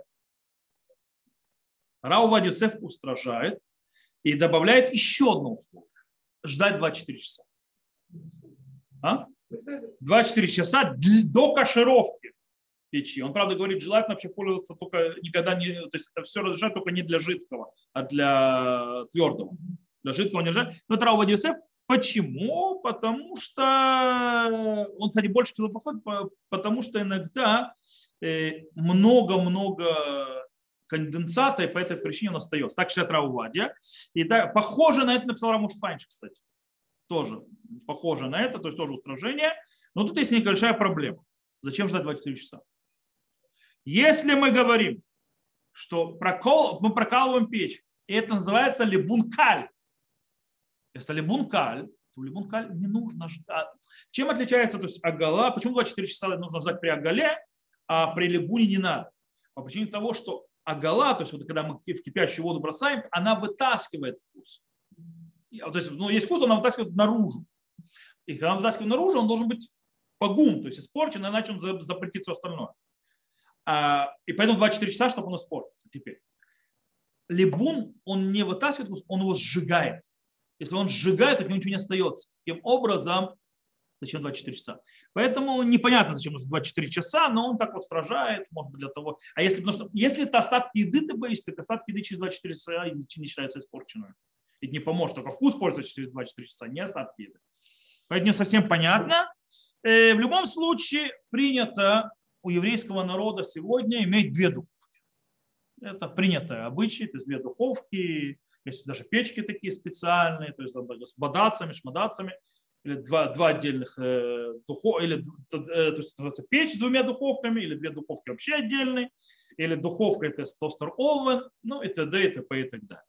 Рав Увадия Йосеф устражает и добавляет еще одно условие. Ждать двадцать четыре часа. А? двадцать четыре часа до кашировки печи. Он, правда, говорит, желательно вообще пользоваться только никогда не... То есть это все разрешать только не для жидкого, а для твердого. Для жидкого не разрешать. Но это Рав Овадия Йосеф. Почему? Потому что... Он, кстати, больше к подходит, потому что иногда много-много конденсата, и по этой причине он остается. Так считает Рав Овадия. И так, похоже на это написал Рамуш Файнш, кстати. Тоже похоже на это, то есть тоже устражение. Но тут есть небольшая проблема. Зачем ждать двадцать четыре часа? Если мы говорим, что прокол, мы прокалываем печь, и это называется либункаль. Если либункаль, то либункаль не нужно ждать. Чем отличается то есть, агала? Почему двадцать четыре часа нужно ждать при агале, а при либуне не надо? По причине того, что агала, то есть вот когда мы в кипящую воду бросаем, она вытаскивает вкус. То есть, ну, есть вкус, она вытаскивает наружу. И когда он вытаскивает наружу, он должен быть погум, то есть испорчен, иначе он запретит все остальное. А, и поэтому двадцать четыре часа, чтобы он испортился. Теперь. Либун, он не вытаскивает вкус, он его сжигает. Если он сжигает, от него ничего не остается. Таким образом, зачем двадцать четыре часа? Поэтому непонятно, зачем нужно двадцать четыре часа, но он так вот стражает, может быть, для того. А если, потому что, если это остатки еды, ты боишься, так остатки еды через двадцать четыре часа не считаются испорченными. Это не поможет, только вкус пользуется через двадцать четыре часа, не остатки еды. Поэтому не совсем понятно. В любом случае принято у еврейского народа сегодня иметь две духовки. Это принятый обычай, то есть две духовки, есть даже печки такие специальные, то есть с бадацами, шмадацами, или два, два отдельных э, духов, или э, то есть называется печь с двумя духовками, или две духовки вообще отдельные, или духовка это тостер овен, ну и т.д. и т.п. и так далее.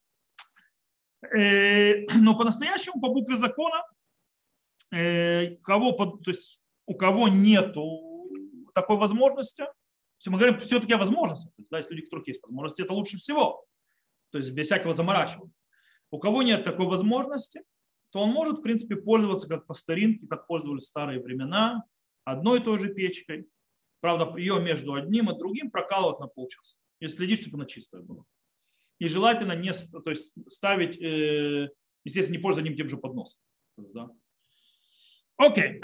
Э, но по-настоящему, по букве закона, э, кого, то есть, у кого нету такой возможности, если мы говорим все-таки о возможности, то есть, да, если люди, у которых есть возможности, это лучше всего, то есть без всякого заморачивания. У кого нет такой возможности, то он может, в принципе, пользоваться как по старинке, как пользовались в старые времена, одной и той же печкой. Правда, ее между одним и другим прокалывать на полчаса. И следить, чтобы она чистая была. И желательно не, то есть, ставить, естественно, не пользоваться одним тем же подносом. Да? Окей.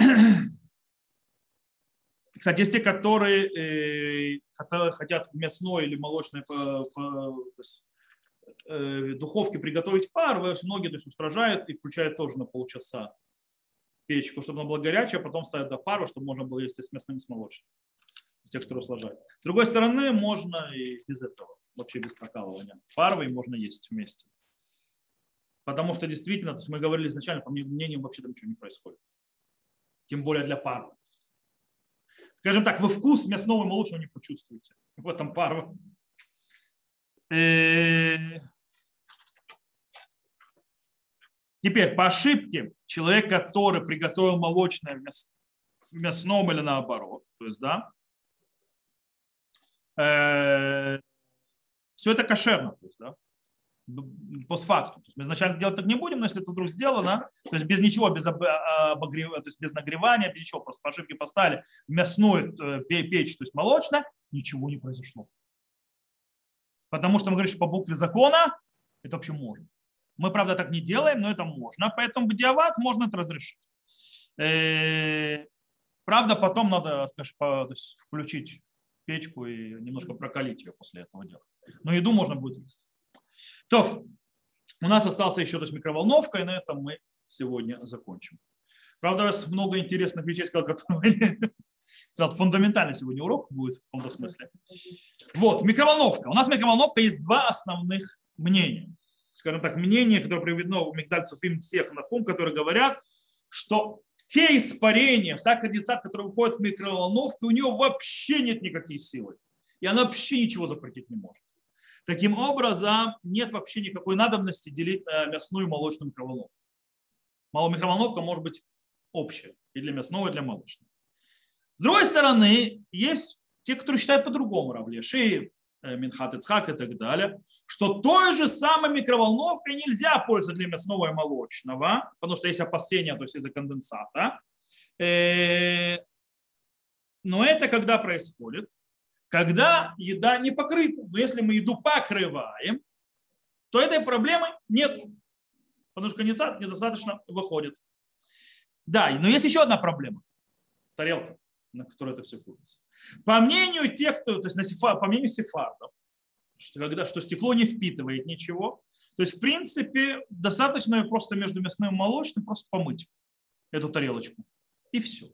Кстати, есть те, которые, которые хотят мясной или молочной духовки приготовить пар, многие то есть, устражают и включают тоже на полчаса печку, чтобы она была горячая, а потом ставят до пара, чтобы можно было есть с мясным и с молочным. Те, которые сложают. С другой стороны, можно и без этого, вообще без прокалывания. Паровый можно есть вместе. Потому что действительно, то есть мы говорили изначально, по моему мнению, вообще там ничего не происходит. Тем более для пара. Скажем так, вы вкус мясного и молочного не почувствуете в этом пару. Теперь, по ошибке, человек, который приготовил молочное в мясном или наоборот, то есть, да, все это кошерно, то есть, да, постфактум. То есть мы изначально делать так не будем, но если это вдруг сделано, то есть без ничего, без, обогрев... то есть без нагревания, без ничего, просто по ошибке поставили в мясную печь, то есть молочно, ничего не произошло. Потому что мы говорим, что по букве закона это вообще можно. Мы, правда, так не делаем, но это можно, поэтому бдиават можно это разрешить. Правда, потом надо, скажем, то есть включить печку и немножко прокалить ее после этого дела. Но еду можно будет есть. То, у нас остался еще то есть, микроволновка, и на этом мы сегодня закончим. Правда, у вас много интересных вещей, которые фундаментальный сегодня урок будет в каком-то смысле. Вот, микроволновка. У нас микроволновка есть два основных мнения. Скажем так, мнение, которое приведено в Мигдаль Цуфим Цех Нахум, которые говорят, что те испарения, та конденсат, который выходит в микроволновку, у нее вообще нет никакой силы. И она вообще ничего запретить не может. Таким образом, нет вообще никакой надобности делить на мясную и молочную микроволновку. Микроволновка может быть общая и для мясного, и для молочного. С другой стороны, есть те, которые считают по-другому, Рав Элиашив, Минхат Ицхак и так далее, что той же самой микроволновкой нельзя пользоваться для мясного и молочного, потому что есть опасения, то есть из-за конденсата. Но это когда происходит? Когда еда не покрыта. Но если мы еду покрываем, то этой проблемы нет, потому что конденсат недостаточно выходит. Да, но есть еще одна проблема. Тарелка, на которой это все крутится. По мнению тех, кто, то есть на сефа, по мнению сефардов, что, когда, что стекло не впитывает ничего, то есть в принципе достаточно ее просто между мясным и молочным просто помыть эту тарелочку. И все.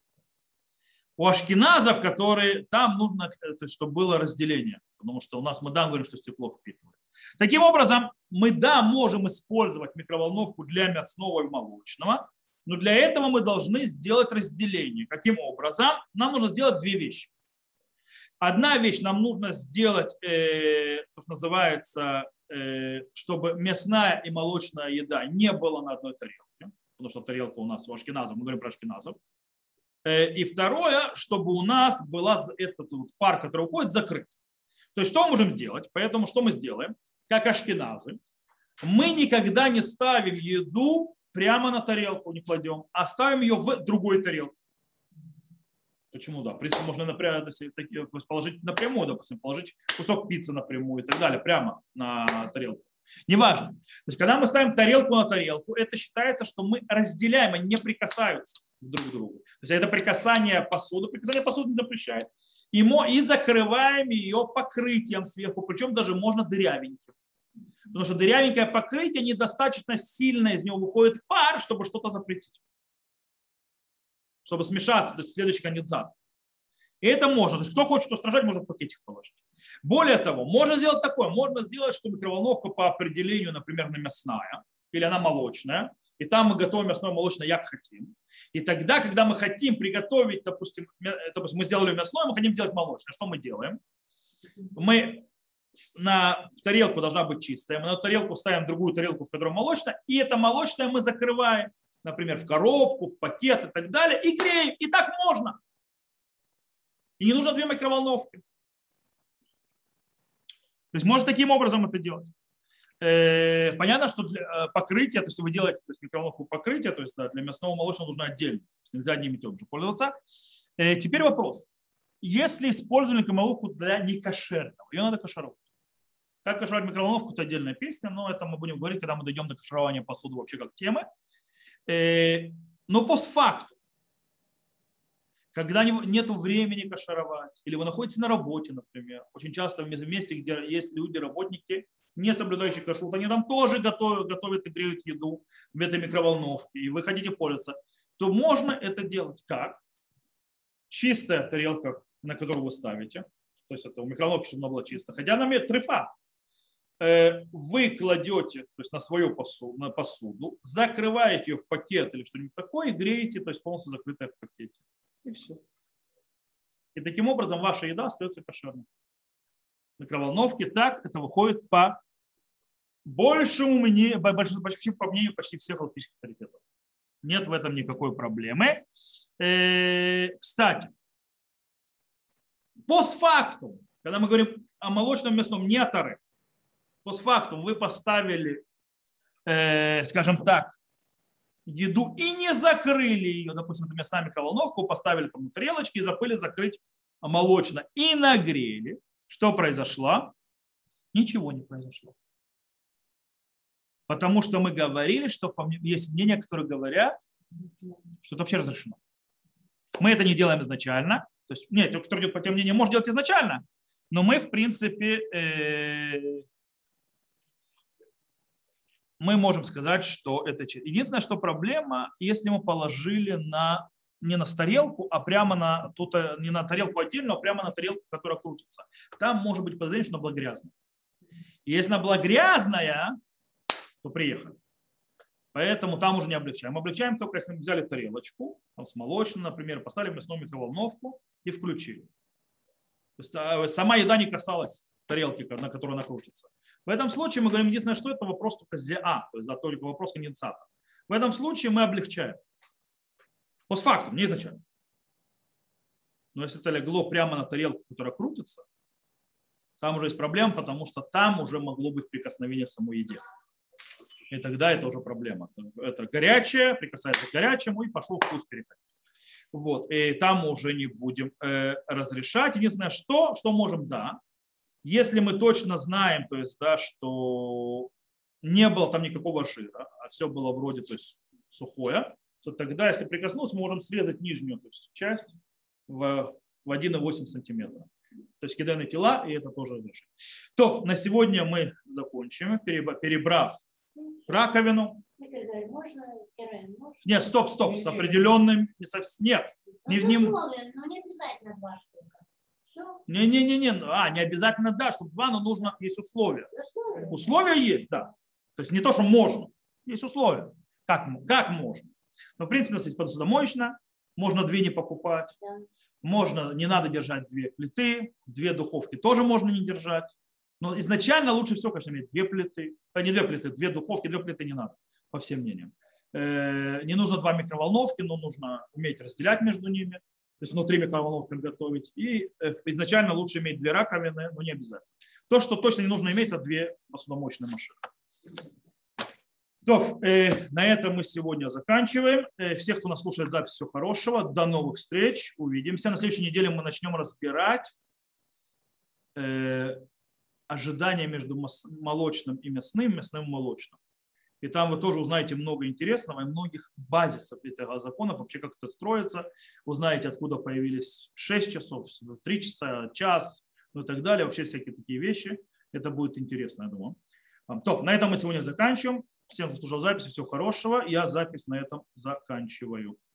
У ашкеназов, которые там нужно, то есть, чтобы было разделение, потому что у нас мы да говорим, что стекло впитывает. Таким образом, мы да можем использовать микроволновку для мясного и молочного, но для этого мы должны сделать разделение. Каким образом? Нам нужно сделать две вещи. Одна вещь, нам нужно сделать, э, то, что называется, э, чтобы мясная и молочная еда не была на одной тарелке, потому что тарелка у нас у ашкеназов, мы говорим про ашкеназов. И второе, чтобы у нас был этот вот пар, который уходит, закрыт. То есть что мы можем делать? Поэтому что мы сделаем? Как ашкеназы, мы никогда не ставим еду прямо на тарелку, не кладем, а ставим ее в другой тарелке. Почему? Да, в принципе, можно напрямую, положить напрямую, допустим, положить кусок пиццы напрямую и так далее, прямо на тарелку. Неважно. То есть, когда мы ставим тарелку на тарелку, это считается, что мы разделяем, они не прикасаются друг к другу. То есть это прикасание посуды, прикасание посуды не запрещает. И, мы, и закрываем ее покрытием сверху, причем даже можно дырявеньким. Потому что дырявенькое покрытие недостаточно сильно, из него выходит пар, чтобы что-то запретить. Чтобы смешаться, то есть следующий конденсат. И это можно. То есть кто хочет устражать, может в пакетик положить. Более того, можно сделать такое. Можно сделать, что микроволновка по определению, например, она мясная или она молочная. И там мы готовим мясное молочное, как хотим. И тогда, когда мы хотим приготовить, допустим, допустим мы сделали мясное, мы хотим сделать молочное. Что мы делаем? Мы на тарелку должна быть чистая. Мы на тарелку ставим другую тарелку, в которой молочное. И это молочное мы закрываем, например, в коробку, в пакет и так далее. И греем. И так можно. И не нужно две микроволновки. То есть можно таким образом это делать. Понятно, что для покрытия, то есть вы делаете то есть микроволновку покрытия, то есть да, для мясного молочного нужно отдельно. Нельзя одним и тем же пользоваться. Теперь вопрос. Если использовали микроволновку для некошерного, ее надо кашировать. Как кашировать микроволновку, это отдельная песня, но это мы будем говорить, когда мы дойдем до каширования посуды вообще как темы. Но постфактум, когда нет времени кашировать, или вы находитесь на работе, например, очень часто в месте, где есть люди, работники, не соблюдающие кашрут, они там тоже готовят, готовят и греют еду в этой микроволновке, и вы хотите пользоваться, то можно это делать как? Чистая тарелка, на которую вы ставите, то есть это у микроволновки, чтобы она была чистая, хотя она имеет трефа. Вы кладете то есть на свою посуду, на посуду, закрываете ее в пакет или что-нибудь такое и греете, то есть полностью закрытая в пакете. И все. И таким образом ваша еда остается кошерной. Микроволновки так это выходит по большему мнению, почти по мнению почти всех алфавитических авторитетов. Нет в этом никакой проблемы. Кстати, постфактум, когда мы говорим о молочном мясном, не о тареф, постфактум вы поставили, скажем так, еду и не закрыли ее, допустим, это мясная микроволновка, поставили там на тарелочки и забыли закрыть молочно и нагрели. Что произошло? Ничего не произошло. Потому что мы говорили, что есть мнения, которые говорят, что это вообще разрешено. Мы это не делаем изначально. То есть, нет, тот, кто идет по тем мнениям, может делать изначально, но мы, в принципе, э, мы можем сказать, что это... Единственное, что проблема, если мы положили на, не на тарелку, а прямо на... Тут не на тарелку отдельно, а прямо на тарелку, которая крутится. Там может быть подозрение, что она была грязная. И если она была грязная, то приехали. Поэтому там уже не облегчаем. Облегчаем только, если мы взяли тарелочку, там, с молочным, например, поставили в мясную микроволновку и включили. То есть сама еда не касалась тарелки, на которой она крутится. В этом случае мы говорим единственное, что это вопрос только ЗА, то есть только вопрос конденсата. В этом случае мы облегчаем. Постфактум, не изначально. Но если это легло прямо на тарелку, которая крутится, там уже есть проблема, потому что там уже могло быть прикосновение к самой еде. И тогда это уже проблема. Это горячее, прикасается к горячему, и пошел вкус переходить. Вот. И там мы уже не будем э, разрешать. Единственное, что, что можем, да, если мы точно знаем, то есть, да, что не было там никакого жира, а все было вроде то есть, сухое, то тогда, если прикоснуться, мы можем срезать нижнюю, то есть, часть в, в один и восемь сантиметра. То есть кидальные тела, и это тоже разрешить. То, на сегодня мы закончим, перебрав раковину. Можно, можно. Нет, стоп, стоп, с определенным, не совсем, нет. Ну, Не с в нем. условием, но не обязательно два штука. Все. Не-не-не, а, не обязательно да, чтобы два, но нужно, есть условия. Условия. Условия есть, да. То есть не то, что можно, есть условия. Как, как можно? Но в принципе, у нас есть посудомоечная, можно две не покупать. Да. Можно, не надо держать две плиты, две духовки тоже можно не держать. Но изначально лучше всего, конечно, иметь две плиты, а не две плиты, две духовки, две плиты не надо, по всем мнениям. Не нужно два микроволновки, но нужно уметь разделять между ними, то есть внутри микроволновки готовить. И изначально лучше иметь две раковины, но не обязательно. То, что точно не нужно иметь, это две посудомоечные машины. То, э, на этом мы сегодня заканчиваем. Э, всех, кто нас слушает запись, всего хорошего. До новых встреч. Увидимся. На следующей неделе мы начнем разбирать э, ожидания между молочным и мясным, мясным и молочным. И там вы тоже узнаете много интересного и многих базисов этого закона, вообще как это строится. Узнаете, откуда появились шесть часов, три часа, час, ну и так далее. Вообще всякие такие вещи. Это будет интересно, я думаю. То, на этом мы сегодня заканчиваем. Всем, кто слушал запись, всего хорошего. Я запись на этом заканчиваю.